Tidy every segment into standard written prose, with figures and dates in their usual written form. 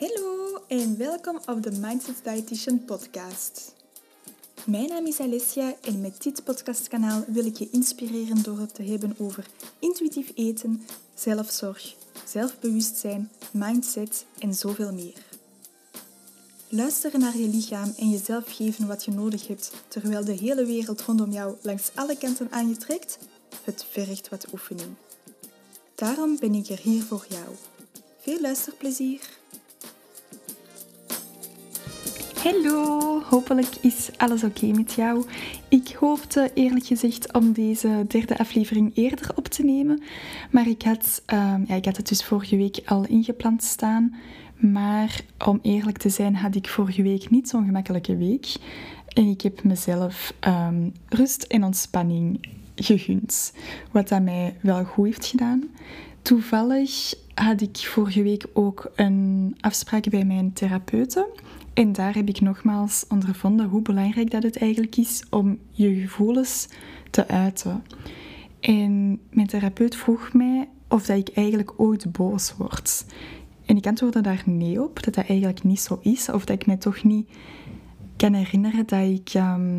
Hallo en welkom op de Mindset Dietitian podcast. Mijn naam is Alessia en met dit podcastkanaal wil ik je inspireren door het te hebben over intuïtief eten, zelfzorg, zelfbewustzijn, mindset en zoveel meer. Luisteren naar je lichaam en jezelf geven wat je nodig hebt terwijl de hele wereld rondom jou langs alle kanten aan je trekt, het vergt wat oefening. Daarom ben ik er hier voor jou. Veel luisterplezier! Hallo, hopelijk is alles oké met jou. Ik hoopte eerlijk gezegd om deze derde aflevering eerder op te nemen. Maar ik had het dus vorige week al ingepland staan. Maar om eerlijk te zijn had ik vorige week niet zo'n gemakkelijke week. En ik heb mezelf rust en ontspanning gegund. Wat dat mij wel goed heeft gedaan. Toevallig had ik vorige week ook een afspraak bij mijn therapeute. En daar heb ik nogmaals ondervonden hoe belangrijk dat het eigenlijk is om je gevoelens te uiten. En mijn therapeut vroeg mij of dat ik eigenlijk ooit boos word. En ik antwoordde daar nee op, dat dat eigenlijk niet zo is. Of dat ik mij toch niet kan herinneren dat ik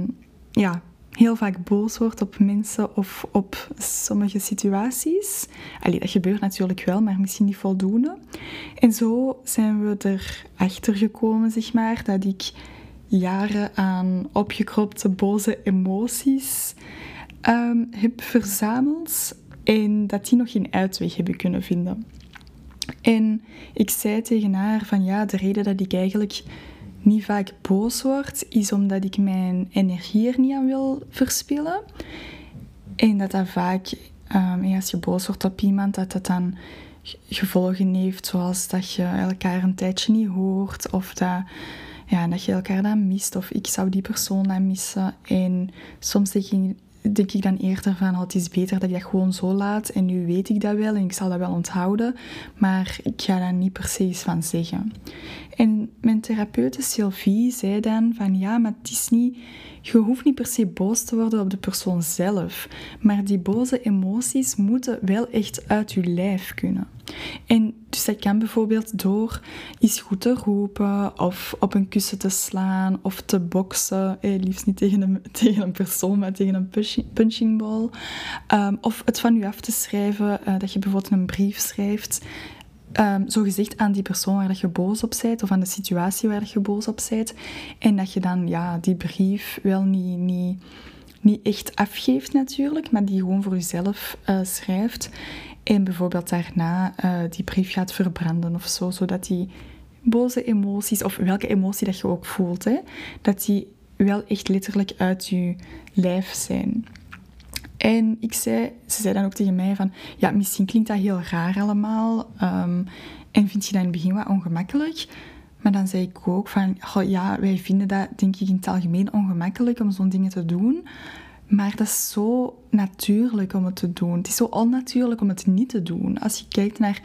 heel vaak boos word op mensen of op sommige situaties. Dat gebeurt natuurlijk wel, maar misschien niet voldoende. En zo zijn we erachter gekomen, zeg maar, dat ik jaren aan opgekropte boze emoties heb verzameld en dat die nog geen uitweg hebben kunnen vinden. En ik zei tegen haar van de reden dat ik eigenlijk niet vaak boos word, is omdat ik mijn energie er niet aan wil verspillen. En dat vaak, als je boos wordt op iemand, dat dan gevolgen heeft, zoals dat je elkaar een tijdje niet hoort, of dat je elkaar dan mist, of ik zou die persoon dan missen. En soms denk ik dan eerder van, het is beter dat ik dat gewoon zo laat. En nu weet ik dat wel en ik zal dat wel onthouden. Maar ik ga daar niet per se iets van zeggen. En mijn therapeute Sylvie zei dan van, maar het is niet... Je hoeft niet per se boos te worden op de persoon zelf. Maar die boze emoties moeten wel echt uit je lijf kunnen. En dus dat kan bijvoorbeeld door iets goed te roepen, of op een kussen te slaan, of te boksen. Liefst niet tegen een persoon, maar tegen een punching ball. Of het van je af te schrijven, dat je bijvoorbeeld een brief schrijft. Zogezegd aan die persoon waar dat je boos op bent, of aan de situatie waar dat je boos op bent. En dat je dan die brief wel niet echt afgeeft natuurlijk, maar die gewoon voor jezelf schrijft. En bijvoorbeeld daarna die brief gaat verbranden of zo, zodat die boze emoties, of welke emotie dat je ook voelt, dat die wel echt letterlijk uit je lijf zijn. En ze zei dan ook tegen mij van, misschien klinkt dat heel raar allemaal, en vind je dat in het begin wat ongemakkelijk. Maar dan zei ik ook van, wij vinden dat denk ik in het algemeen ongemakkelijk om zo'n dingen te doen. Maar dat is zo natuurlijk om het te doen. Het is zo onnatuurlijk om het niet te doen. Als je kijkt naar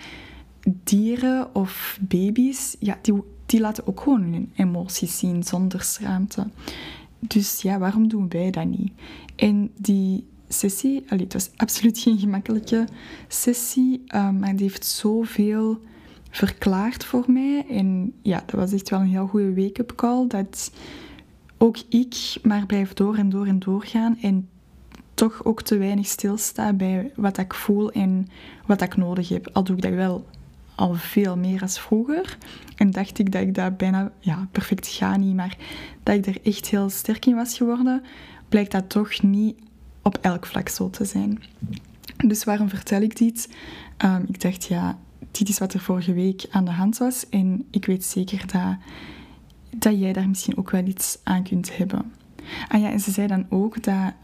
dieren of baby's, die laten ook gewoon hun emoties zien zonder schaamte. Dus waarom doen wij dat niet? En die sessie, het was absoluut geen gemakkelijke sessie, maar die heeft zoveel verklaard voor mij. En dat was echt wel een heel goede wake-up call, dat ook ik maar blijf door en door en doorgaan en toch ook te weinig stilsta bij wat ik voel en wat ik nodig heb. Al doe ik dat wel al veel meer als vroeger. En dacht ik dat ik dat bijna, perfect ga niet, maar dat ik er echt heel sterk in was geworden, blijkt dat toch niet op elk vlak zo te zijn. Dus waarom vertel ik dit? Ik dacht, dit is wat er vorige week aan de hand was. En ik weet zeker dat jij daar misschien ook wel iets aan kunt hebben. En ze zei dan ook dat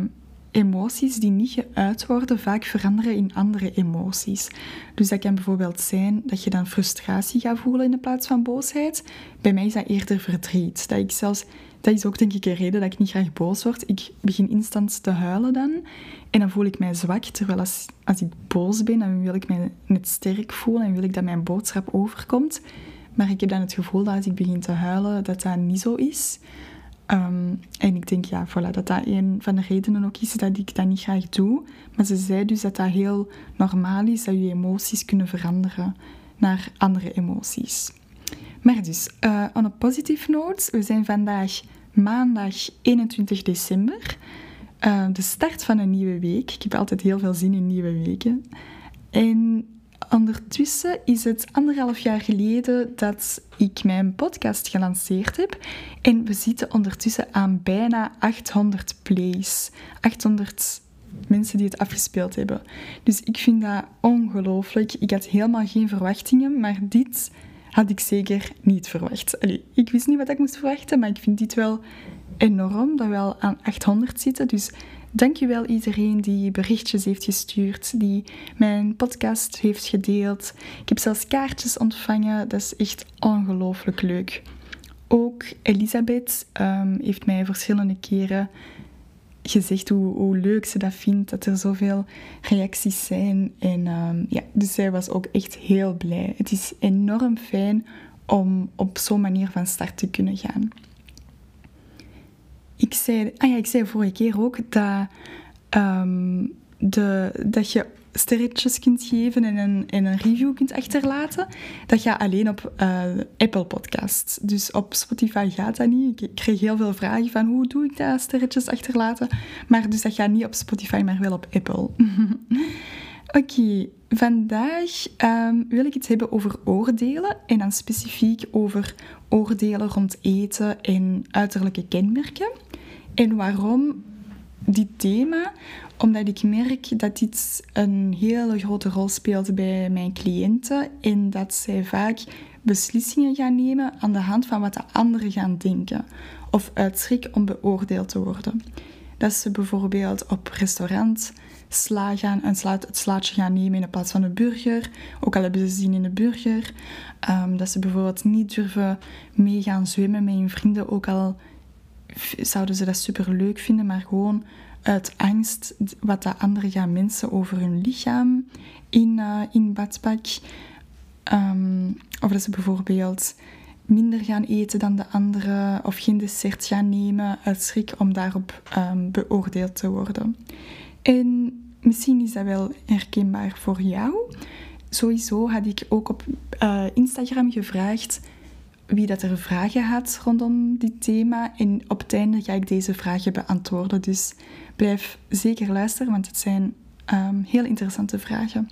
emoties die niet geuit worden vaak veranderen in andere emoties. Dus dat kan bijvoorbeeld zijn dat je dan frustratie gaat voelen in plaats van boosheid. Bij mij is dat eerder verdriet. Dat is ook denk ik een reden dat ik niet graag boos word. Ik begin instant te huilen dan. En dan voel ik mij zwak. Terwijl als ik boos ben, dan wil ik mij net sterk voelen en wil ik dat mijn boodschap overkomt. Maar ik heb dan het gevoel dat als ik begin te huilen, dat dat niet zo is. En ik denk, dat een van de redenen ook is dat ik dat niet graag doe. Maar ze zei dus dat dat heel normaal is, dat je emoties kunnen veranderen naar andere emoties. Maar dus, on a positive note, we zijn vandaag maandag 21 december. De start van een nieuwe week. Ik heb altijd heel veel zin in nieuwe weken. En ondertussen is het 1,5 jaar geleden dat ik mijn podcast gelanceerd heb. En we zitten ondertussen aan bijna 800 plays. 800 mensen die het afgespeeld hebben. Dus ik vind dat ongelooflijk. Ik had helemaal geen verwachtingen, maar dit had ik zeker niet verwacht. Ik wist niet wat ik moest verwachten, maar ik vind dit wel enorm dat we al aan 800 zitten. Dus dankjewel iedereen die berichtjes heeft gestuurd, die mijn podcast heeft gedeeld. Ik heb zelfs kaartjes ontvangen. Dat is echt ongelooflijk leuk. Ook Elisabeth heeft mij verschillende keren gezegd hoe leuk ze dat vindt, dat er zoveel reacties zijn. En dus zij was ook echt heel blij. Het is enorm fijn op zo'n manier van start te kunnen gaan. Ik zei vorige keer ook dat je sterretjes kunt geven en een review kunt achterlaten. Dat gaat alleen op Apple Podcasts. Dus op Spotify gaat dat niet. Ik kreeg heel veel vragen van hoe doe ik dat, sterretjes achterlaten. Maar dus dat gaat niet op Spotify, maar wel op Apple. Oké, vandaag wil ik het hebben over oordelen. En dan specifiek over oordelen rond eten en uiterlijke kenmerken. En waarom dit thema? Omdat ik merk dat dit een hele grote rol speelt bij mijn cliënten en dat zij vaak beslissingen gaan nemen aan de hand van wat de anderen gaan denken of uit schrik om beoordeeld te worden. Dat ze bijvoorbeeld op restaurant het slaatje gaan nemen in plaats van een burger, ook al hebben ze zin in een burger. Dat ze bijvoorbeeld niet durven mee gaan zwemmen met hun vrienden, ook al zouden ze dat super leuk vinden, maar gewoon uit angst wat de anderen gaan mensen over hun lichaam in badpak. Of dat ze bijvoorbeeld minder gaan eten dan de anderen of geen dessert gaan nemen uit schrik om daarop beoordeeld te worden. En misschien is dat wel herkenbaar voor jou. Sowieso had ik ook op Instagram gevraagd wie dat er vragen had rondom dit thema. En op het einde ga ik deze vragen beantwoorden. Dus blijf zeker luisteren, want het zijn heel interessante vragen.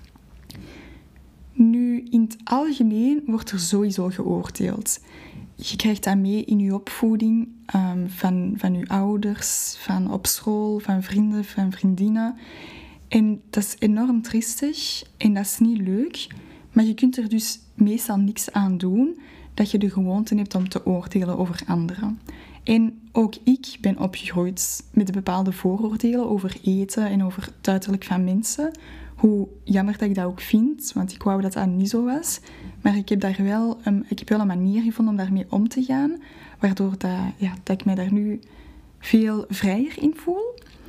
Nu, in het algemeen wordt er sowieso geoordeeld. Je krijgt dat mee in je opvoeding, van je ouders, van op school, van vrienden, van vriendinnen. En dat is enorm triestig en dat is niet leuk. Maar je kunt er dus meestal niks aan doen dat je de gewoonte hebt om te oordelen over anderen. En ook ik ben opgegroeid met bepaalde vooroordelen over eten en over het uiterlijk van mensen. Hoe jammer dat ik dat ook vind, want ik wou dat dat niet zo was. Maar ik heb wel een manier gevonden om daarmee om te gaan, waardoor dat ik mij daar nu veel vrijer in voel.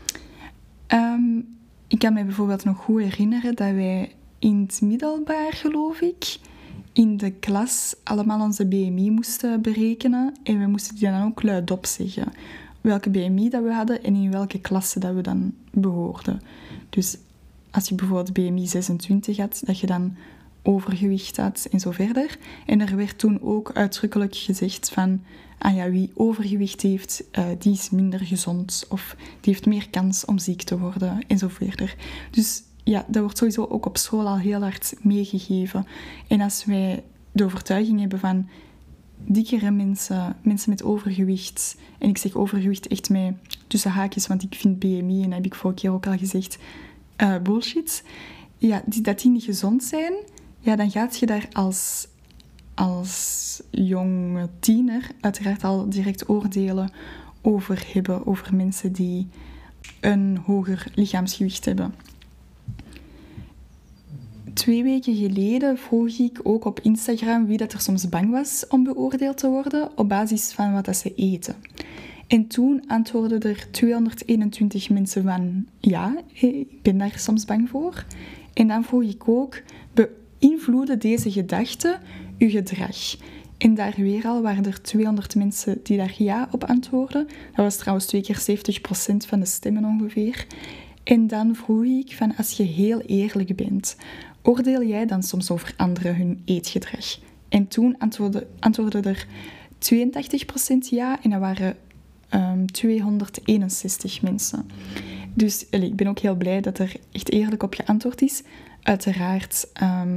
Ik kan me bijvoorbeeld nog goed herinneren dat wij in het middelbaar, geloof ik, in de klas allemaal onze BMI moesten berekenen. En we moesten die dan ook luidop zeggen. Welke BMI dat we hadden en in welke klasse dat we dan behoorden. Dus als je bijvoorbeeld BMI 26 had, dat je dan overgewicht had en zo verder. En er werd toen ook uitdrukkelijk gezegd van, wie overgewicht heeft, die is minder gezond. Of die heeft meer kans om ziek te worden en zo verder. Dus ja, dat wordt sowieso ook op school al heel hard meegegeven. En als wij de overtuiging hebben van dikkere mensen met overgewicht, en ik zeg overgewicht echt met tussen haakjes, want ik vind BMI, en dat heb ik vorige keer ook al gezegd, bullshit, dat die niet gezond zijn, dan gaat je daar als jonge tiener uiteraard al direct oordelen over hebben, over mensen die een hoger lichaamsgewicht hebben. 2 weken geleden vroeg ik ook op Instagram wie dat er soms bang was om beoordeeld te worden op basis van wat dat ze eten. En toen antwoordden er 221 mensen van ja, ik ben daar soms bang voor. En dan vroeg ik ook, beïnvloeden deze gedachten uw gedrag? En daar weer al waren er 200 mensen die daar ja op antwoorden. Dat was trouwens 2 keer 70% van de stemmen ongeveer. En dan vroeg ik van, als je heel eerlijk bent, oordeel jij dan soms over anderen hun eetgedrag? En toen antwoordde er 82% ja en dat waren 261 mensen. Dus ik ben ook heel blij dat er echt eerlijk op geantwoord is. Uiteraard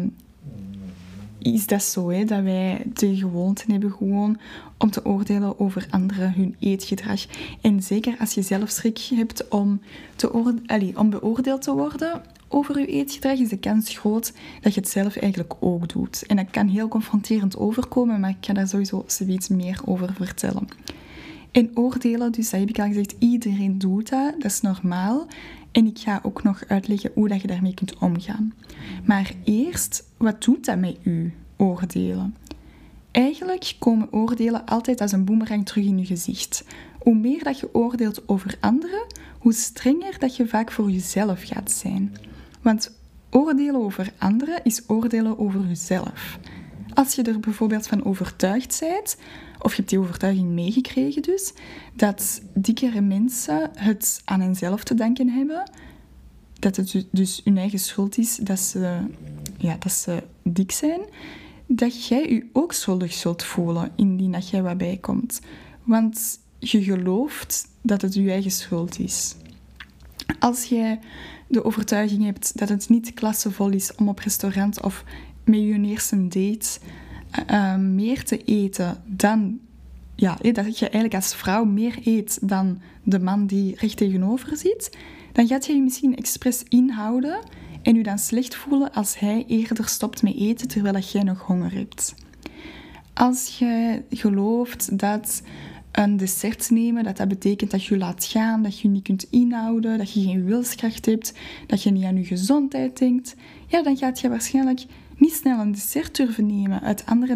is dat zo, hè, dat wij de gewoonte hebben gewoon om te oordelen over anderen, hun eetgedrag. En zeker als je zelf schrik hebt om beoordeeld te worden over je eetgedrag, is de kans groot dat je het zelf eigenlijk ook doet. En dat kan heel confronterend overkomen, maar ik ga daar sowieso zoiets meer over vertellen. En oordelen, dus dat heb ik al gezegd, iedereen doet dat, dat is normaal. En ik ga ook nog uitleggen hoe dat je daarmee kunt omgaan. Maar eerst, wat doet dat met u, oordelen? Eigenlijk komen oordelen altijd als een boemerang terug in je gezicht. Hoe meer dat je oordeelt over anderen, hoe strenger dat je vaak voor jezelf gaat zijn. Want oordelen over anderen is oordelen over jezelf. Als je er bijvoorbeeld van overtuigd bent, of je hebt die overtuiging meegekregen dus, dat dikkere mensen het aan henzelf te danken hebben, dat het dus hun eigen schuld is dat ze dik zijn, dat jij je ook schuldig zult voelen indien dat jij wat bijkomt. Want je gelooft dat het je eigen schuld is. Als jij de overtuiging hebt dat het niet klassevol is om op restaurant of met je eerste date meer te eten dan... dat je eigenlijk als vrouw meer eet dan de man die recht tegenover zit, dan gaat je misschien expres inhouden en je dan slecht voelen als hij eerder stopt met eten terwijl jij nog honger hebt. Als je gelooft dat een dessert nemen, dat betekent dat je laat gaan, dat je niet kunt inhouden, dat je geen wilskracht hebt, dat je niet aan je gezondheid denkt, ja, dan gaat je waarschijnlijk niet snel een dessert durven nemen uit anderen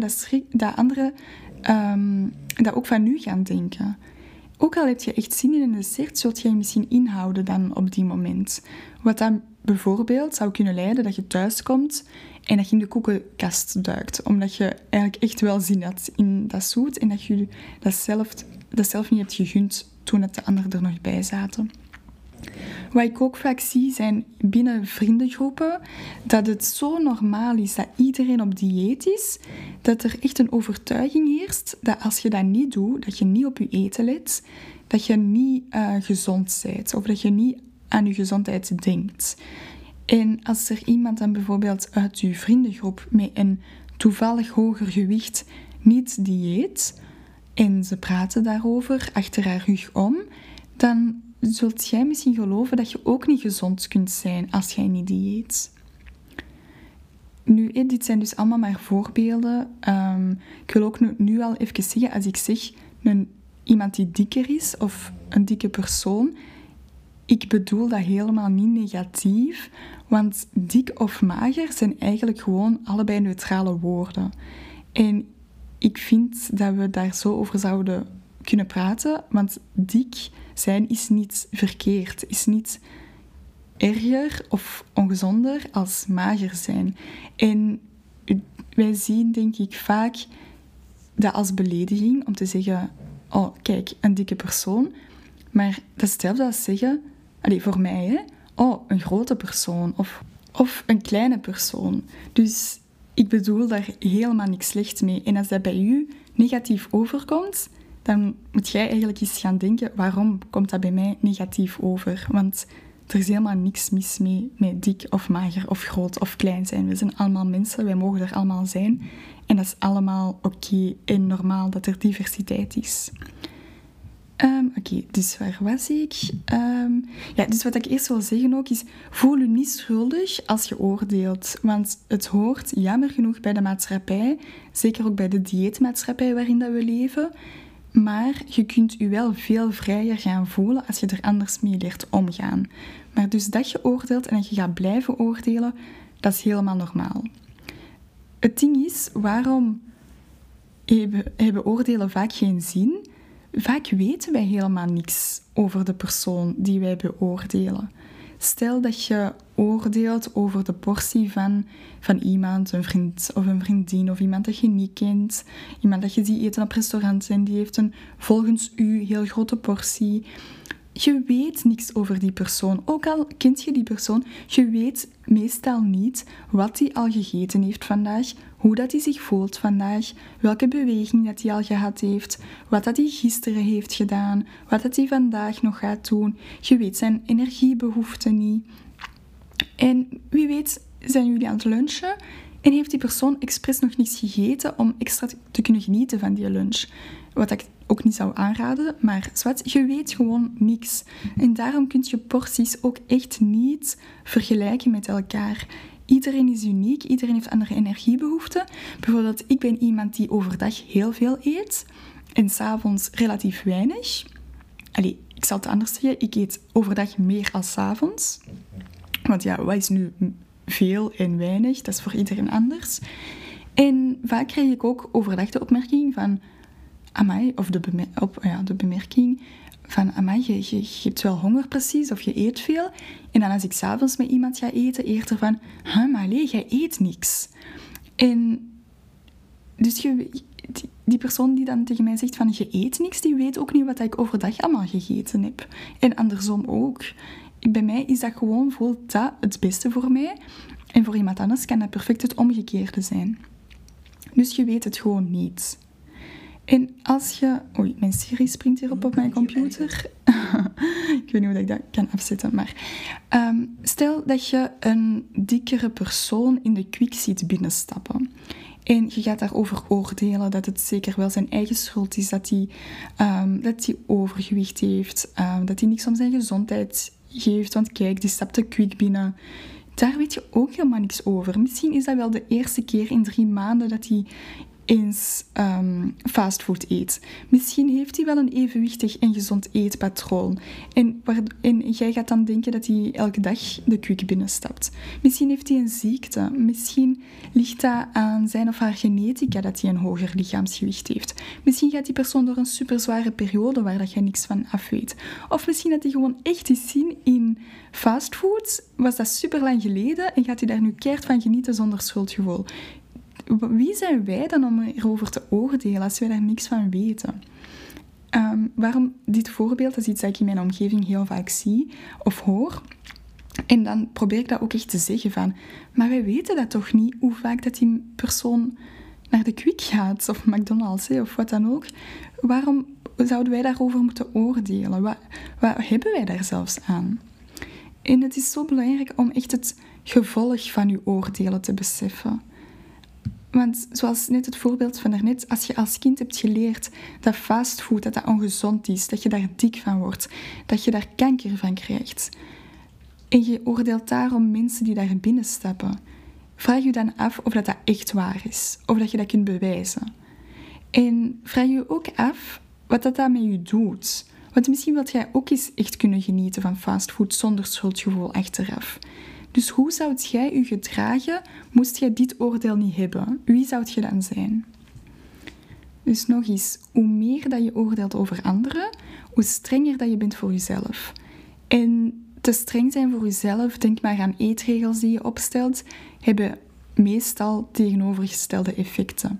dat ook van u gaan denken. Ook al heb je echt zin in een dessert, zult je misschien inhouden dan op die moment. Wat dan bijvoorbeeld zou kunnen leiden dat je thuis komt en dat je in de koekenkast duikt. Omdat je eigenlijk echt wel zin had in dat zoet en dat je dat zelf niet hebt gegund toen het de anderen er nog bij zaten. Wat ik ook vaak zie zijn binnen vriendengroepen dat het zo normaal is dat iedereen op dieet is, dat er echt een overtuiging heerst dat als je dat niet doet, dat je niet op je eten let, dat je niet gezond bent of dat je niet aan je gezondheid denkt. En als er iemand dan bijvoorbeeld uit je vriendengroep met een toevallig hoger gewicht niet dieet en ze praten daarover achter haar rug om, dan zult jij misschien geloven dat je ook niet gezond kunt zijn als jij niet dieet. Nu, dit zijn dus allemaal maar voorbeelden. Ik wil ook nu al even zeggen, als ik zeg iemand die dikker is of een dikke persoon, ik bedoel dat helemaal niet negatief, want dik of mager zijn eigenlijk gewoon allebei neutrale woorden. En ik vind dat we daar zo over zouden kunnen praten, want dik zijn is niet verkeerd, is niet erger of ongezonder als mager zijn. En wij zien, denk ik, vaak dat als belediging om te zeggen, oh, kijk, een dikke persoon. Maar dat is hetzelfde als zeggen, voor mij, hè, oh, een grote persoon of een kleine persoon. Dus ik bedoel daar helemaal niks slecht mee. En als dat bij u negatief overkomt, dan moet jij eigenlijk eens gaan denken, waarom komt dat bij mij negatief over? Want er is helemaal niks mis mee met dik of mager of groot of klein zijn. We zijn allemaal mensen, wij mogen er allemaal zijn. En dat is allemaal oké en normaal dat er diversiteit is. Oké, dus waar was ik? Dus wat ik eerst wil zeggen ook is, voel je niet schuldig als je oordeelt. Want het hoort jammer genoeg bij de maatschappij, zeker ook bij de dieetmaatschappij waarin dat we leven. Maar je kunt je wel veel vrijer gaan voelen als je er anders mee leert omgaan. Maar dus dat je oordeelt en dat je gaat blijven oordelen, dat is helemaal normaal. Het ding is, waarom hebben oordelen vaak geen zin? Vaak weten wij helemaal niks over de persoon die wij beoordelen. Stel dat je oordeelt over de portie van iemand, een vriend of een vriendin of iemand dat je niet kent. Iemand dat je ziet eten op restaurants en die heeft volgens u heel grote portie. je weet niks over die persoon. Ook al kent je die persoon, je weet meestal niet wat hij al gegeten heeft vandaag, hoe dat hij zich voelt vandaag, welke beweging dat hij al gehad heeft, wat dat hij gisteren heeft gedaan, wat dat hij vandaag nog gaat doen. Je weet zijn energiebehoeften niet. En wie weet zijn jullie aan het lunchen en heeft die persoon expres nog niks gegeten om extra te kunnen genieten van die lunch. Wat ik ook niet zou aanraden, maar zwart, je weet gewoon niks. En daarom kun je porties ook echt niet vergelijken met elkaar. Iedereen is uniek, iedereen heeft andere energiebehoeften. Bijvoorbeeld, ik ben iemand die overdag heel veel eet en 's avonds relatief weinig. Allee, ik zal het anders zeggen, ik eet overdag meer dan 's avonds. Want ja, wat is nu veel en weinig? Dat is voor iedereen anders. En vaak krijg ik ook overdag de opmerking van amai, of de bemerking van amai, je hebt wel honger precies, of je eet veel. En dan als ik 's avonds met iemand ga eten, eerder van, maar allee, jij eet niks. En dus die persoon die dan tegen mij zegt van, je eet niks, die weet ook niet wat ik overdag allemaal gegeten heb. En andersom ook. Bij mij is dat gewoon, voelt dat het beste voor mij. En voor iemand anders kan dat perfect het omgekeerde zijn. Dus je weet het gewoon niet. En als je... Oei, mijn Siri springt hier op mijn computer. Ik weet niet hoe ik dat kan afzetten, maar... stel dat je een dikkere persoon in de Kwik ziet binnenstappen. En je gaat daarover oordelen dat het zeker wel zijn eigen schuld is dat hij overgewicht heeft, dat hij niks om zijn gezondheid geeft. Want kijk, die stapt de Kwik binnen. Daar weet je ook helemaal niks over. Misschien is dat wel de eerste keer in 3 maanden dat hij eens fastfood eet. Misschien heeft hij wel een evenwichtig en gezond eetpatroon. En jij gaat dan denken dat hij elke dag de Kwik binnenstapt. Misschien heeft hij een ziekte. Misschien ligt dat aan zijn of haar genetica dat hij een hoger lichaamsgewicht heeft. Misschien gaat die persoon door een superzware periode waar dat je niks van af weet. Of misschien dat hij gewoon echt is zien in fastfood. Was dat super lang geleden en gaat hij daar nu keihard van genieten zonder schuldgevoel. Wie zijn wij dan om erover te oordelen als wij daar niks van weten? Waarom dit voorbeeld? Dat is iets dat ik in mijn omgeving heel vaak zie of hoor. En dan probeer ik dat ook echt te zeggen van... Maar wij weten dat toch niet, hoe vaak dat die persoon naar de Kwik gaat, of McDonald's, of wat dan ook. Waarom zouden wij daarover moeten oordelen? Wat hebben wij daar zelfs aan? En het is zo belangrijk om echt het gevolg van uw oordelen te beseffen. Want zoals net het voorbeeld van daarnet, als je als kind hebt geleerd dat fastfood dat ongezond is, dat je daar dik van wordt, dat je daar kanker van krijgt, en je oordeelt daarom mensen die daar binnenstappen, vraag je dan af of dat echt waar is, of dat je dat kunt bewijzen. En vraag je ook af wat dat met je doet. Want misschien wilt jij ook eens echt kunnen genieten van fastfood zonder schuldgevoel achteraf. Dus hoe zou jij je gedragen, moest jij dit oordeel niet hebben? Wie zou je dan zijn? Dus nog eens, hoe meer dat je oordeelt over anderen, hoe strenger dat je bent voor jezelf. En te streng zijn voor jezelf, denk maar aan eetregels die je opstelt, hebben meestal tegenovergestelde effecten.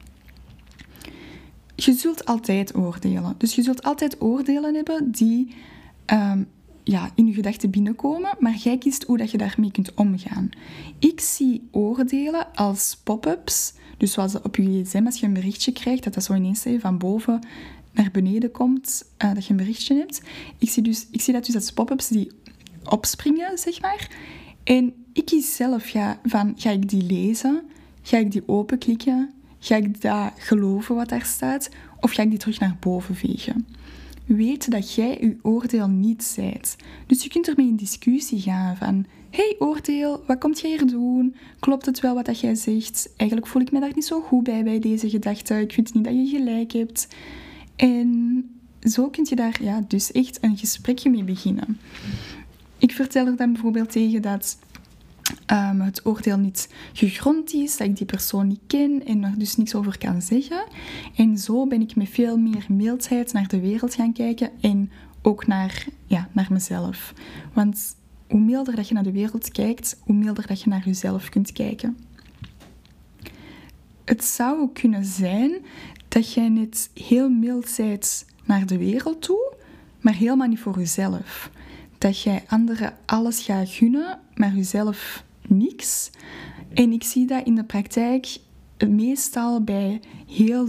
Je zult altijd oordelen. Dus je zult altijd oordelen hebben die... in je gedachten binnenkomen, maar jij kiest hoe dat je daarmee kunt omgaan. Ik zie oordelen als pop-ups, dus zoals op je gsm, als je een berichtje krijgt, dat zo ineens van boven naar beneden komt, dat je een berichtje hebt. Ik zie dat dus als pop-ups die opspringen, zeg maar. En ik kies zelf ga ik die lezen, ga ik die openklikken, ga ik dat geloven wat daar staat, of ga ik die terug naar boven vegen. Weet dat jij je oordeel niet zijt. Dus je kunt ermee in discussie gaan van... Hey oordeel, wat komt jij hier doen? Klopt het wel wat dat jij zegt? Eigenlijk voel ik me daar niet zo goed bij deze gedachte. Ik vind niet dat je gelijk hebt. En zo kun je daar dus echt een gesprekje mee beginnen. Ik vertel er dan bijvoorbeeld tegen dat... het oordeel niet gegrond is, dat ik die persoon niet ken en er dus niks over kan zeggen. En zo ben ik met veel meer mildheid naar de wereld gaan kijken en ook naar mezelf. Want hoe milder dat je naar de wereld kijkt, hoe milder dat je naar jezelf kunt kijken. Het zou kunnen zijn dat jij net heel mild bent naar de wereld toe, maar helemaal niet voor jezelf. Dat jij anderen alles gaat gunnen, maar jezelf niks. En ik zie dat in de praktijk meestal bij heel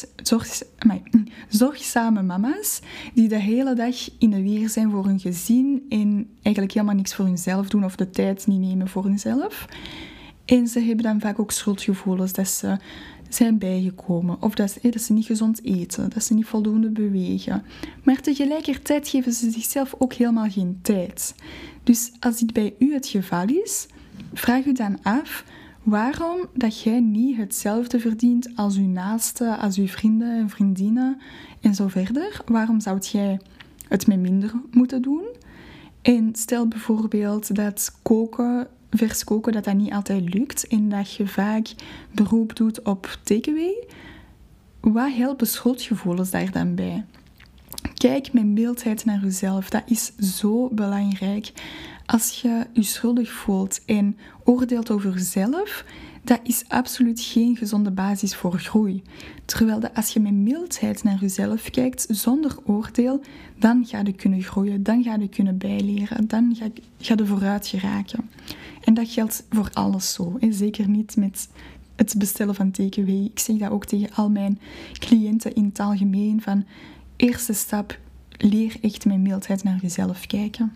zorgzame mama's die de hele dag in de weer zijn voor hun gezin en eigenlijk helemaal niks voor hunzelf doen of de tijd niet nemen voor hunzelf. En ze hebben dan vaak ook schuldgevoelens dat ze zijn bijgekomen of dat ze niet gezond eten, dat ze niet voldoende bewegen. Maar tegelijkertijd geven ze zichzelf ook helemaal geen tijd. Dus als dit bij u het geval is, vraag u dan af waarom dat jij niet hetzelfde verdient als uw naaste, als uw vrienden en vriendinnen en zo verder. Waarom zou jij het met minder moeten doen? En stel bijvoorbeeld dat vers koken, dat niet altijd lukt en dat je vaak beroep doet op takeaway. Wat helpen schuldgevoelens daar dan bij? Kijk met mildheid naar jezelf. Dat is zo belangrijk. Als je je schuldig voelt en oordeelt over jezelf, dat is absoluut geen gezonde basis voor groei. Terwijl als je met mildheid naar jezelf kijkt, zonder oordeel, dan ga je kunnen groeien, dan ga je kunnen bijleren, dan ga je vooruit geraken. En dat geldt voor alles zo. Zeker niet met het bestellen van takeaway. Ik zeg dat ook tegen al mijn cliënten in het algemeen. Van eerste stap, leer echt met mildheid naar jezelf kijken.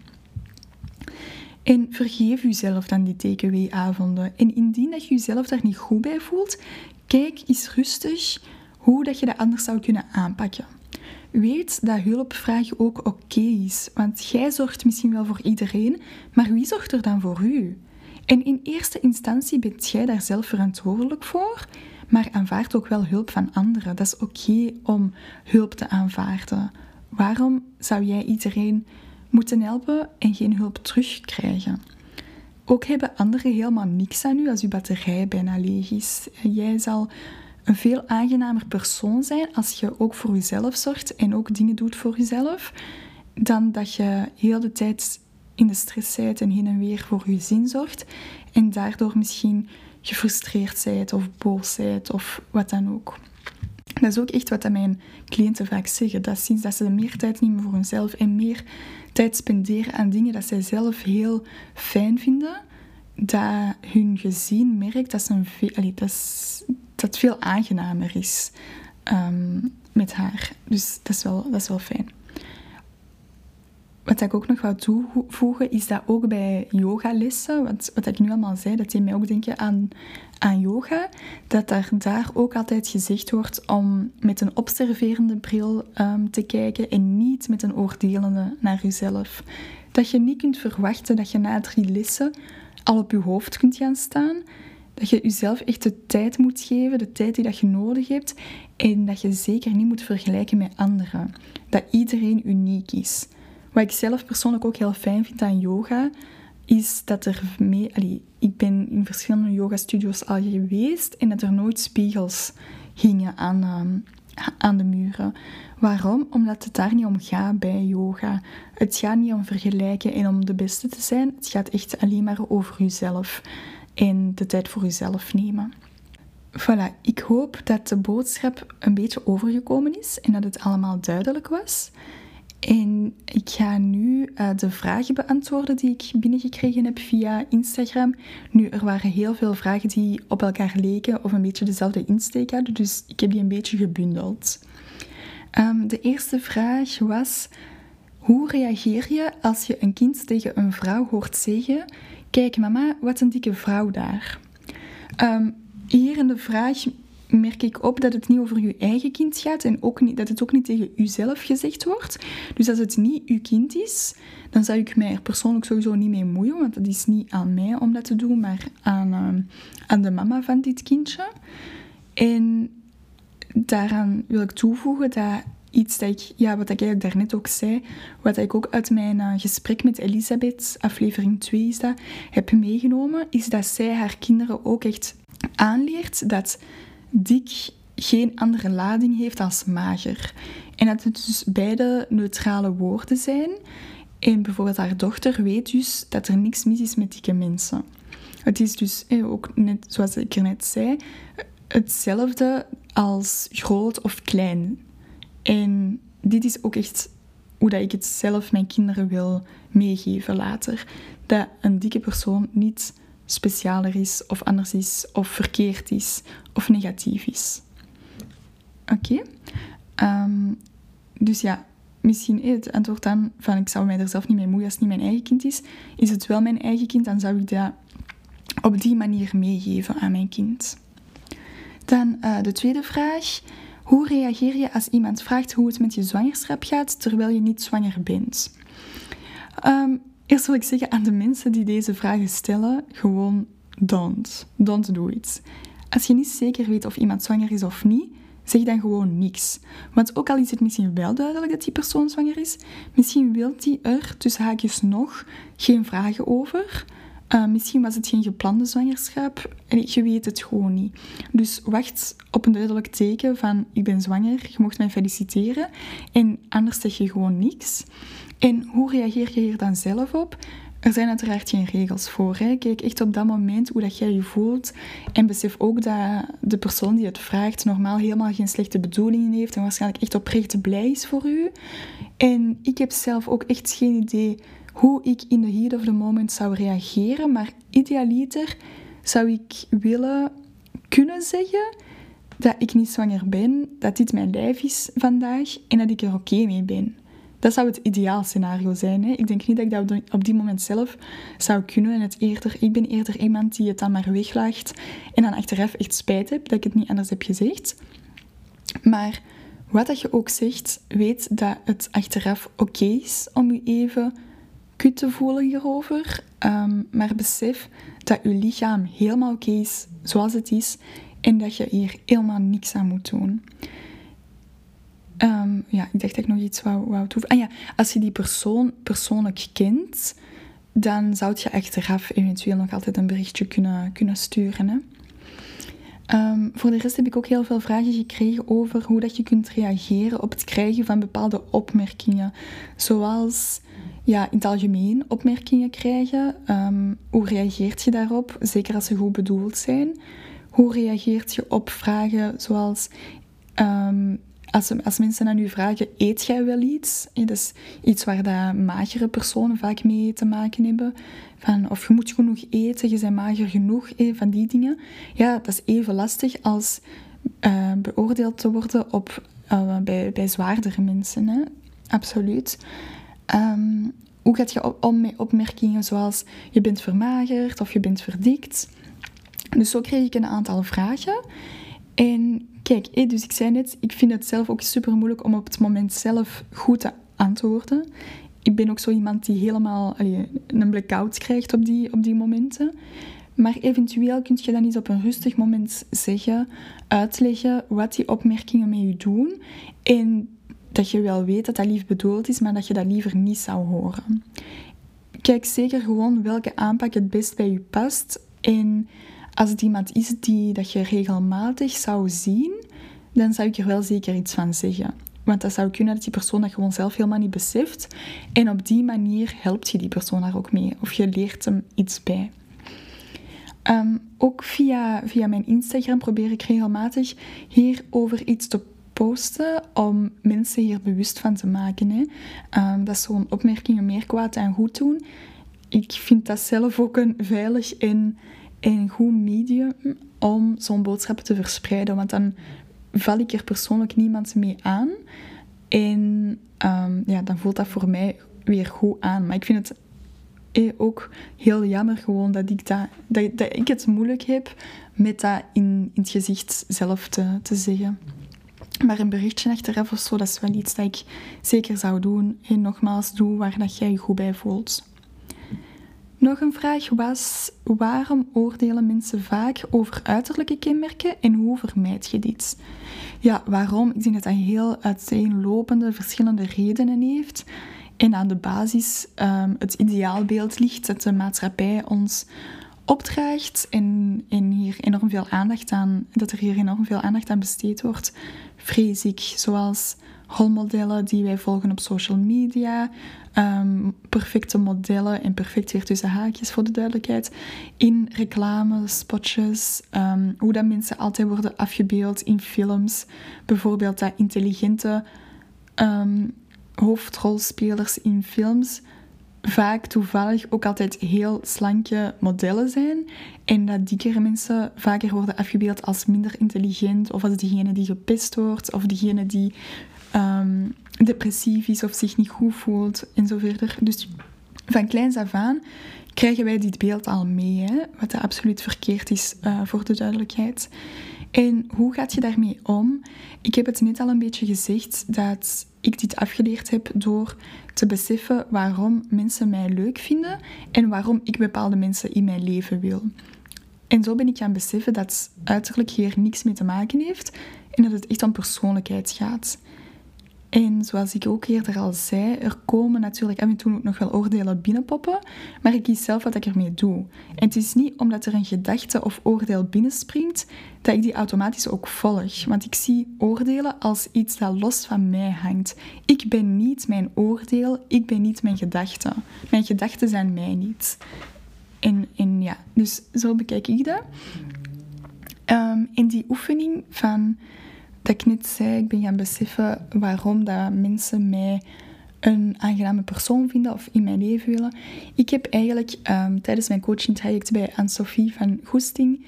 En vergeef jezelf dan die takeaway-avonden. En indien dat je jezelf daar niet goed bij voelt, kijk eens rustig hoe dat je dat anders zou kunnen aanpakken. Weet dat hulpvraag ook oké is. Want jij zorgt misschien wel voor iedereen, maar wie zorgt er dan voor u? En in eerste instantie bent jij daar zelf verantwoordelijk voor, maar aanvaard ook wel hulp van anderen. Dat is oké om hulp te aanvaarden. Waarom zou jij iedereen moeten helpen en geen hulp terugkrijgen? Ook hebben anderen helemaal niks aan u als uw batterij bijna leeg is. Jij zal een veel aangenamer persoon zijn als je ook voor jezelf zorgt en ook dingen doet voor jezelf, dan dat je heel de tijd in de stress bent en heen en weer voor je gezin zorgt en daardoor misschien gefrustreerd bent of boos bent of wat dan ook. Dat is ook echt wat mijn cliënten vaak zeggen. Dat sinds dat ze meer tijd nemen voor hunzelf en meer tijd spenderen aan dingen dat zij zelf heel fijn vinden, dat hun gezin merkt dat het veel aangenamer is met haar. Dus dat is wel fijn. Wat ik ook nog wou toevoegen, is dat ook bij yogalessen, wat ik nu allemaal zei, dat die mij ook denken aan yoga, dat daar ook altijd gezegd wordt om met een observerende bril te kijken en niet met een oordelende naar jezelf. Dat je niet kunt verwachten dat je na 3 lessen al op je hoofd kunt gaan staan. Dat je jezelf echt de tijd moet geven, de tijd die dat je nodig hebt. En dat je zeker niet moet vergelijken met anderen. Dat iedereen uniek is. Wat ik zelf persoonlijk ook heel fijn vind aan yoga, is dat ik ben in verschillende yogastudio's al geweest en dat er nooit spiegels hingen aan de muren. Waarom? Omdat het daar niet om gaat bij yoga. Het gaat niet om vergelijken en om de beste te zijn. Het gaat echt alleen maar over jezelf en de tijd voor jezelf nemen. Voilà, ik hoop dat de boodschap een beetje overgekomen is en dat het allemaal duidelijk was. En ik ga nu de vragen beantwoorden die ik binnengekregen heb via Instagram. Nu, er waren heel veel vragen die op elkaar leken of een beetje dezelfde insteek hadden, dus ik heb die een beetje gebundeld. De eerste vraag was: hoe reageer je als je een kind tegen een vrouw hoort zeggen: kijk mama, wat een dikke vrouw daar. Hier in de vraag merk ik op dat het niet over je eigen kind gaat en ook niet, dat het ook niet tegen uzelf gezegd wordt. Dus als het niet uw kind is, dan zou ik mij er persoonlijk sowieso niet mee moeien, want het is niet aan mij om dat te doen, maar aan de mama van dit kindje. En daaraan wil ik toevoegen dat iets wat ik eigenlijk daarnet ook zei, wat ik ook uit mijn gesprek met Elisabeth, aflevering 2 is dat, heb meegenomen, is dat zij haar kinderen ook echt aanleert dat dik geen andere lading heeft als mager. En dat het dus beide neutrale woorden zijn. En bijvoorbeeld haar dochter weet dus dat er niks mis is met dikke mensen. Het is dus ook net zoals ik er net zei, hetzelfde als groot of klein. En dit is ook echt hoe dat ik het zelf mijn kinderen wil meegeven later. Dat een dikke persoon niet specialer is of anders is of verkeerd is of negatief is. Oké? Dus ja, misschien het antwoord dan van ik zou mij er zelf niet mee moeien als het niet mijn eigen kind is. Is het wel mijn eigen kind, dan zou ik dat op die manier meegeven aan mijn kind. Dan de tweede vraag. Hoe reageer je als iemand vraagt hoe het met je zwangerschap gaat terwijl je niet zwanger bent? Eerst wil ik zeggen aan de mensen die deze vragen stellen, gewoon don't do it. Als je niet zeker weet of iemand zwanger is of niet, zeg dan gewoon niks. Want ook al is het misschien wel duidelijk dat die persoon zwanger is, misschien wil die er tussen haakjes nog geen vragen over. Misschien was het geen geplande zwangerschap en je weet het gewoon niet. Dus wacht op een duidelijk teken van ik ben zwanger, je mocht mij feliciteren. En anders zeg je gewoon niks. En hoe reageer je hier dan zelf op? Er zijn uiteraard geen regels voor. Hè? Kijk echt op dat moment hoe dat jij je voelt. En besef ook dat de persoon die het vraagt normaal helemaal geen slechte bedoelingen heeft en waarschijnlijk echt oprecht blij is voor u. En ik heb zelf ook echt geen idee hoe ik in the heat of the moment zou reageren. Maar idealiter zou ik willen kunnen zeggen dat ik niet zwanger ben, dat dit mijn lijf is vandaag en dat ik er oké mee ben. Dat zou het ideaal scenario zijn. Hè? Ik denk niet dat ik dat op die moment zelf zou kunnen. En ik ben eerder iemand die het dan maar weglaagt en dan achteraf echt spijt heb dat ik het niet anders heb gezegd. Maar wat dat je ook zegt, weet dat het achteraf oké is om je even kut te voelen hierover. Maar besef dat je lichaam helemaal oké is zoals het is en dat je hier helemaal niks aan moet doen. Ik dacht dat ik nog iets wou toevoegen. Als je die persoon persoonlijk kent, dan zou je achteraf eventueel nog altijd een berichtje kunnen sturen. Hè? Voor de rest heb ik ook heel veel vragen gekregen over hoe dat je kunt reageren op het krijgen van bepaalde opmerkingen. Zoals in het algemeen opmerkingen krijgen. Hoe reageert je daarop? Zeker als ze goed bedoeld zijn. Hoe reageert je op vragen zoals als mensen aan u vragen, eet jij wel iets? Dat is iets waar dat magere personen vaak mee te maken hebben. Of je moet genoeg eten, je bent mager genoeg, van die dingen. Ja, dat is even lastig als beoordeeld te worden bij zwaardere mensen. Hè? Absoluut. Hoe gaat je om met opmerkingen zoals je bent vermagerd of je bent verdikt? Dus zo kreeg ik een aantal vragen. En kijk, dus ik zei net, ik vind het zelf ook super moeilijk om op het moment zelf goed te antwoorden. Ik ben ook zo iemand die helemaal een blackout krijgt op die momenten. Maar eventueel kun je dan eens op een rustig moment uitleggen wat die opmerkingen met je doen. En dat je wel weet dat dat lief bedoeld is, maar dat je dat liever niet zou horen. Kijk zeker gewoon welke aanpak het best bij je past. En als het iemand is dat je regelmatig zou zien, dan zou ik er wel zeker iets van zeggen. Want dat zou kunnen dat die persoon dat gewoon zelf helemaal niet beseft. En op die manier helpt je die persoon daar ook mee. Of je leert hem iets bij. Ook via mijn Instagram probeer ik regelmatig hierover iets te posten om mensen hier bewust van te maken. Hè. Dat is zo'n opmerkingen meer kwaad dan goed doen. Ik vind dat zelf ook een veilig en goed medium om zo'n boodschap te verspreiden. Want dan val ik er persoonlijk niemand mee aan. En dan voelt dat voor mij weer goed aan. Maar ik vind het ook heel jammer gewoon dat ik het moeilijk heb met dat in het gezicht zelf te zeggen. Maar een berichtje achteraf of zo, dat is wel iets dat ik zeker zou doen. En nogmaals, doe waar dat jij je goed bij voelt. Nog een vraag was, waarom oordelen mensen vaak over uiterlijke kenmerken en hoe vermijd je dit? Ja, waarom? Ik denk dat dat heel uiteenlopende verschillende redenen heeft. En aan de basis het ideaalbeeld ligt dat de maatschappij ons opdraagt en hier enorm veel aandacht aan, dat er hier enorm veel aandacht aan besteed wordt, vrees ik. Zoals rolmodellen die wij volgen op social media, perfecte modellen en perfect weer tussen haakjes voor de duidelijkheid, in reclamespotjes, hoe dat mensen altijd worden afgebeeld in films. Bijvoorbeeld dat intelligente hoofdrolspelers in films vaak toevallig ook altijd heel slanke modellen zijn en dat dikkere mensen vaker worden afgebeeld als minder intelligent of als diegene die gepest wordt of diegene die depressief is of zich niet goed voelt en zo verder. Dus van kleins af aan krijgen wij dit beeld al mee, hè? Wat absoluut verkeerd is voor de duidelijkheid. En hoe gaat je daarmee om? Ik heb het net al een beetje gezegd dat ik dit afgeleerd heb door te beseffen waarom mensen mij leuk vinden en waarom ik bepaalde mensen in mijn leven wil. En zo ben ik gaan beseffen dat uiterlijk hier niks mee te maken heeft en dat het echt om persoonlijkheid gaat. En zoals ik ook eerder al zei, er komen natuurlijk af en toe ook nog wel oordelen binnenpoppen, maar ik kies zelf wat ik ermee doe. En het is niet omdat er een gedachte of oordeel binnenspringt, dat ik die automatisch ook volg. Want ik zie oordelen als iets dat los van mij hangt. Ik ben niet mijn oordeel, ik ben niet mijn gedachten. Mijn gedachten zijn mij niet. En ja, dus zo bekijk ik dat. En die oefening van... Dat ik net zei, ik ben gaan beseffen waarom dat mensen mij een aangename persoon vinden of in mijn leven willen. Ik heb eigenlijk tijdens mijn coaching traject bij Anne-Sophie van Goesting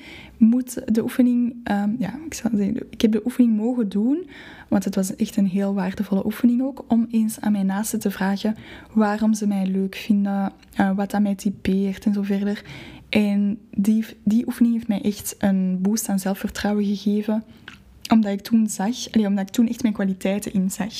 ik heb de oefening mogen doen, want het was echt een heel waardevolle oefening ook, om eens aan mijn naasten te vragen waarom ze mij leuk vinden, wat dat mij typeert en zo verder. En die oefening heeft mij echt een boost aan zelfvertrouwen gegeven, omdat ik toen echt mijn kwaliteiten inzag.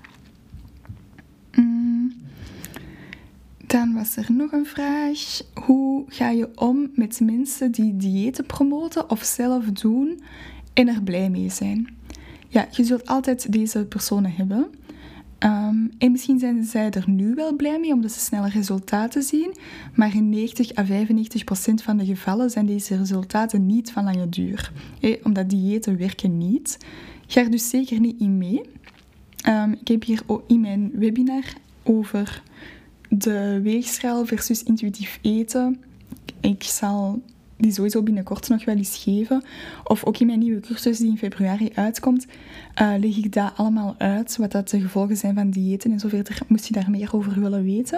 Dan was er nog een vraag. Hoe ga je om met mensen die diëten promoten of zelf doen en er blij mee zijn? Ja, je zult altijd deze personen hebben. En misschien zijn zij er nu wel blij mee omdat ze sneller resultaten zien, maar in 90 à 95% van de gevallen zijn deze resultaten niet van lange duur. Omdat diëten werken niet. Ga er dus zeker niet in mee. Ik heb hier ook in mijn webinar over de weegschaal versus intuïtief eten. Ik zal die sowieso binnenkort nog wel eens geven. Of ook in mijn nieuwe cursus die in februari uitkomt, leg ik dat allemaal uit. Wat dat de gevolgen zijn van diëten en zo verder. Moest je daar meer over willen weten.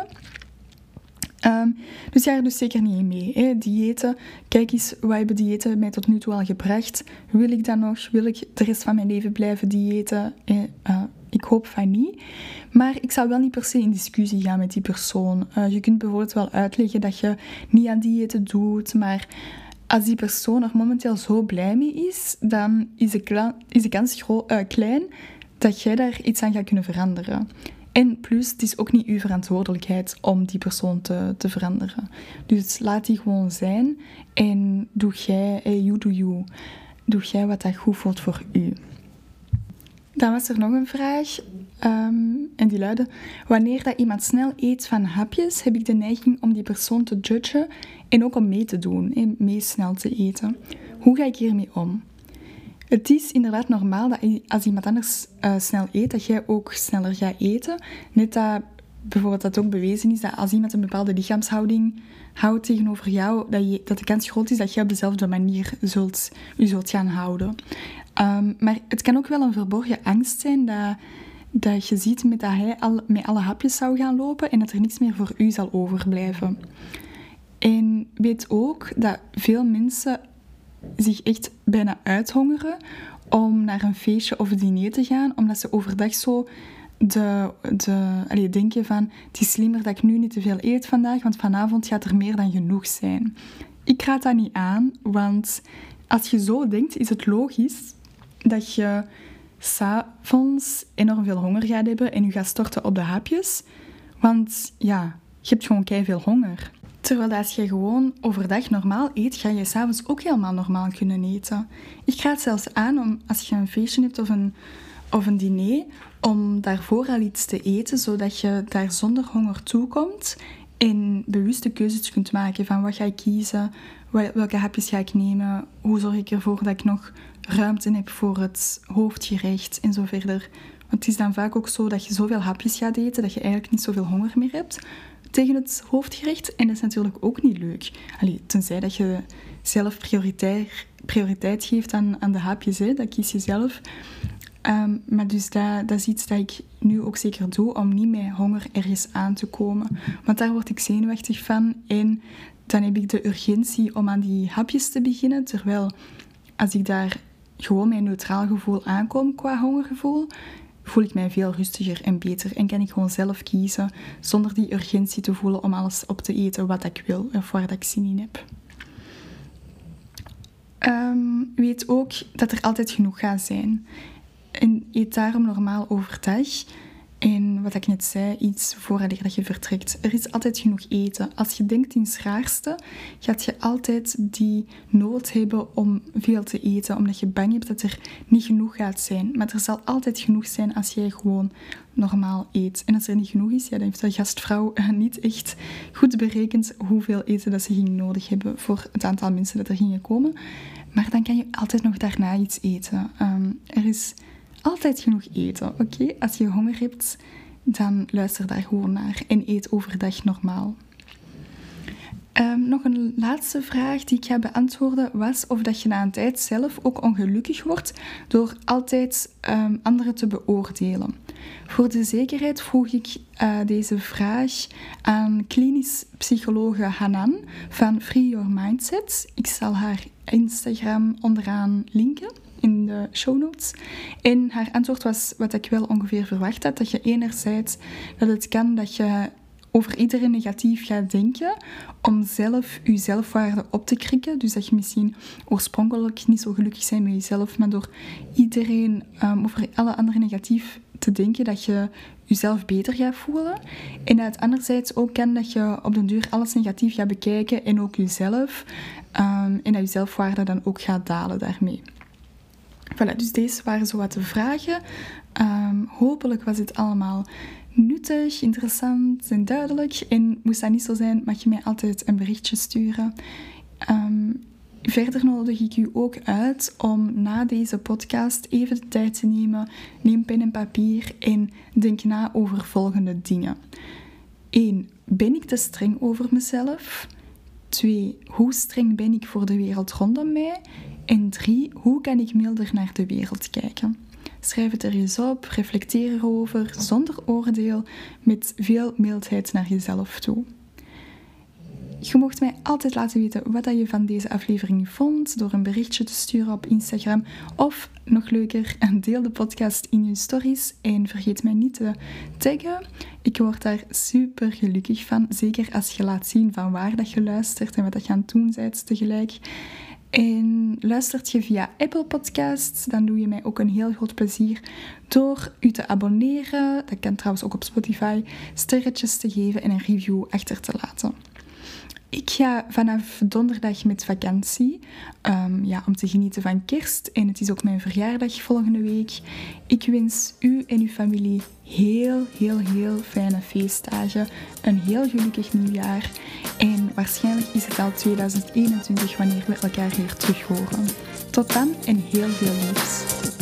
Dus ga er dus zeker niet in mee. Hè. Diëten, kijk eens, wat hebben diëten mij tot nu toe al gebracht? Wil ik dat nog? Wil ik de rest van mijn leven blijven diëten? Ik hoop van niet. Maar ik zou wel niet per se in discussie gaan met die persoon. Je kunt bijvoorbeeld wel uitleggen dat je niet aan diëten doet, maar als die persoon er momenteel zo blij mee is, dan is de kans klein dat jij daar iets aan gaat kunnen veranderen. En plus, het is ook niet uw verantwoordelijkheid om die persoon te veranderen. Dus laat die gewoon zijn en doe jij, you do you. Doe jij wat dat goed voelt voor u. Dan was er nog een vraag, en die luidde: wanneer dat iemand snel eet van hapjes, heb ik de neiging om die persoon te judgen en ook om mee te doen, mee snel te eten. Hoe ga ik hiermee om? Het is inderdaad normaal dat als iemand anders snel eet, dat jij ook sneller gaat eten. Net dat bijvoorbeeld dat ook bewezen is dat als iemand een bepaalde lichaamshouding houdt tegenover jou, dat de kans groot is dat jij op dezelfde manier zult gaan houden. Maar het kan ook wel een verborgen angst zijn dat je ziet dat hij met alle hapjes zou gaan lopen en dat er niks meer voor u zal overblijven. En weet ook dat veel mensen zich echt bijna uithongeren om naar een feestje of een diner te gaan, omdat ze overdag zo denken van: het is slimmer dat ik nu niet te veel eet vandaag, want vanavond gaat er meer dan genoeg zijn. Ik raad dat niet aan, want als je zo denkt, is het logisch dat je 's avonds enorm veel honger gaat hebben en je gaat storten op de hapjes. Want ja, je hebt gewoon keiveel honger. Terwijl als je gewoon overdag normaal eet, ga je 's avonds ook helemaal normaal kunnen eten. Ik raad zelfs aan om, als je een feestje hebt of een diner, om daarvoor al iets te eten, zodat je daar zonder honger toekomt en bewuste keuzes kunt maken van wat ga ik kiezen, welke hapjes ga ik nemen, hoe zorg ik ervoor dat ik nog ruimte heb voor het hoofdgerecht en zo verder. Want het is dan vaak ook zo dat je zoveel hapjes gaat eten dat je eigenlijk niet zoveel honger meer hebt tegen het hoofdgerecht. En dat is natuurlijk ook niet leuk. Tenzij dat je zelf prioriteit geeft aan de hapjes, hè, dat kies je zelf. Maar dus dat is iets dat ik nu ook zeker doe, om niet met honger ergens aan te komen. Want daar word ik zenuwachtig van. En dan heb ik de urgentie om aan die hapjes te beginnen. Terwijl als ik daar gewoon met een neutraal gevoel aankom qua hongergevoel, voel ik mij veel rustiger en beter. En kan ik gewoon zelf kiezen zonder die urgentie te voelen om alles op te eten wat ik wil of waar dat ik zin in heb. Weet ook dat er altijd genoeg gaat zijn. En eet daarom normaal overdag. En wat ik net zei, iets voordat je vertrekt. Er is altijd genoeg eten. Als je denkt in het raarste, gaat je altijd die nood hebben om veel te eten. Omdat je bang hebt dat er niet genoeg gaat zijn. Maar er zal altijd genoeg zijn als jij gewoon normaal eet. En als er niet genoeg is, dan heeft de gastvrouw niet echt goed berekend hoeveel eten dat ze ging nodig hebben voor het aantal mensen dat er gingen komen. Maar dan kan je altijd nog daarna iets eten. Er is altijd genoeg eten, oké? Als je honger hebt, dan luister daar gewoon naar en eet overdag normaal. Nog een laatste vraag die ik ga beantwoorden was of dat je na een tijd zelf ook ongelukkig wordt door altijd anderen te beoordelen. Voor de zekerheid vroeg ik deze vraag aan klinisch psychologe Hanan van Free Your Mindset. Ik zal haar Instagram onderaan linken in de show notes. En haar antwoord was wat ik wel ongeveer verwacht had. Dat je enerzijds dat het kan dat je over iedereen negatief gaat denken om zelf je zelfwaarde op te krikken. Dus dat je misschien oorspronkelijk niet zo gelukkig bent met jezelf, maar door iedereen over alle anderen negatief te denken, dat je jezelf beter gaat voelen. En dat het anderzijds ook kan dat je op den duur alles negatief gaat bekijken en ook jezelf. En dat je zelfwaarde dan ook gaat dalen daarmee. Voilà, dus deze waren zo wat de vragen. Hopelijk was het allemaal nuttig, interessant en duidelijk. En moest dat niet zo zijn, mag je mij altijd een berichtje sturen. Verder nodig ik u ook uit om na deze podcast even de tijd te nemen. Neem pen en papier en denk na over volgende dingen. 1. Ben ik te streng over mezelf? 2. Hoe streng ben ik voor de wereld rondom mij? En 3. Hoe kan ik milder naar de wereld kijken? Schrijf het er eens op, reflecteer erover, zonder oordeel, met veel mildheid naar jezelf toe. Je mocht mij altijd laten weten wat je van deze aflevering vond, door een berichtje te sturen op Instagram. Of, nog leuker, deel de podcast in je stories en vergeet mij niet te taggen. Ik word daar super gelukkig van, zeker als je laat zien van waar dat je luistert en wat dat je aan het doen bent tegelijk. En luistert je via Apple Podcasts, dan doe je mij ook een heel groot plezier door u te abonneren. Dat kan trouwens ook op Spotify, sterretjes te geven en een review achter te laten. Ik ga vanaf donderdag met vakantie, om te genieten van kerst. En het is ook mijn verjaardag volgende week. Ik wens u en uw familie heel fijne feestdagen. Een heel gelukkig nieuwjaar. En waarschijnlijk is het al 2021 wanneer we elkaar weer terug horen. Tot dan en heel veel liefs.